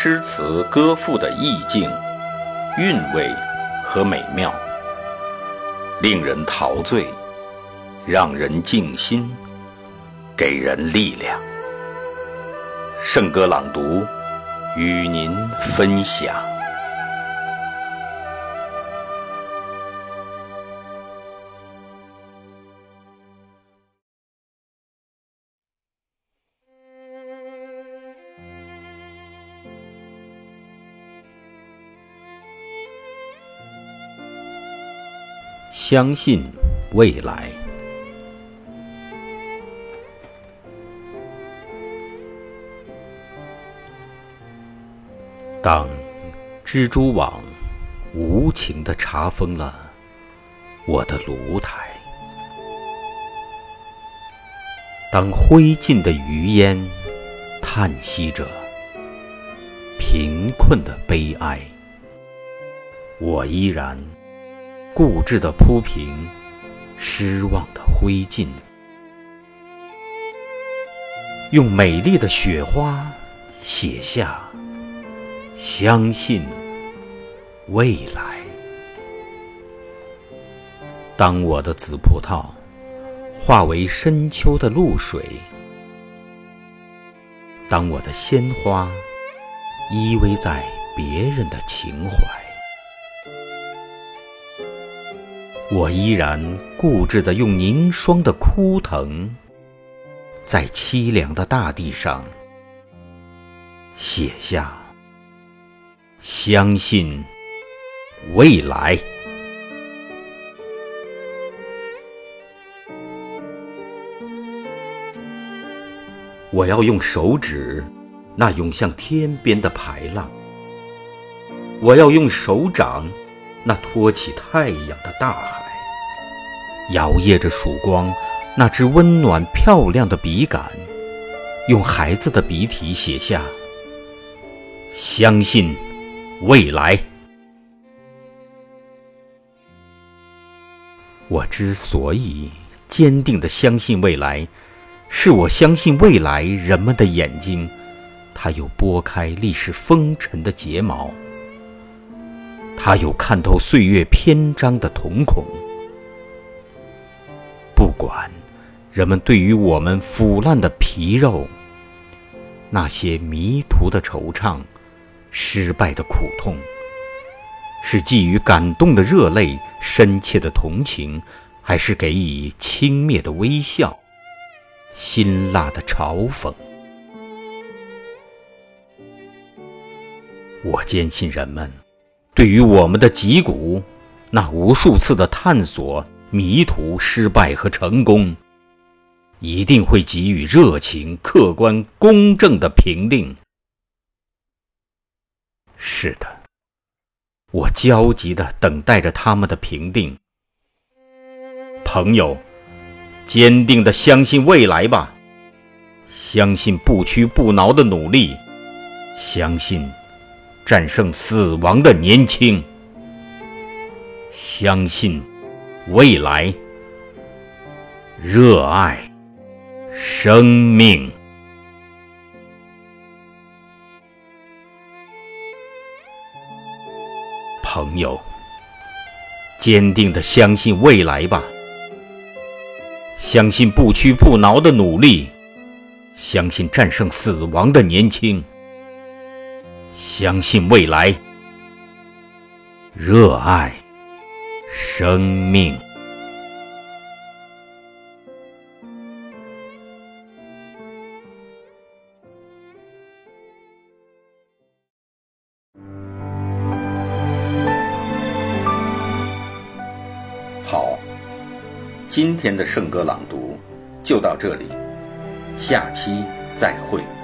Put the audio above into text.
诗词歌赋的意境、韵味和美妙，令人陶醉，让人静心，给人力量。圣歌朗读与您分享。相信未来。当蜘蛛网无情地查封了我的炉台，当灰烬的余烟叹息着贫困的悲哀，我依然固执地铺平失望的灰烬，用美丽的雪花写下相信未来。当我的紫葡萄化为深秋的露水，当我的鲜花依偎在别人的情怀，我依然固执地用凝霜的枯藤，在凄凉的大地上写下相信未来。我要用手指那涌向天边的排浪，我要用手掌那托起太阳的大海，摇曳着曙光那支温暖漂亮的笔杆，用孩子的笔体写下相信未来。我之所以坚定地相信未来，是我相信未来人们的眼睛，它有拨开历史风尘的睫毛，它有看透岁月篇章的瞳孔。不管人们对于我们腐烂的皮肉，那些迷途的惆怅，失败的苦痛，是寄予感动的热泪，深切的同情，还是给予轻蔑的微笑，辛辣的嘲讽？我坚信人们对于我们的脊骨，那无数次的探索、迷途、失败和成功，一定会给予热情、客观、公正的评定。是的，我焦急地等待着他们的评定。朋友，坚定地相信未来吧，相信不屈不挠的努力，相信战胜死亡的年轻，相信未来，热爱生命。朋友，坚定地相信未来吧，相信不屈不挠的努力，相信战胜死亡的年轻，相信未来，热爱生命。好，今天的圣歌朗读就到这里，下期再会。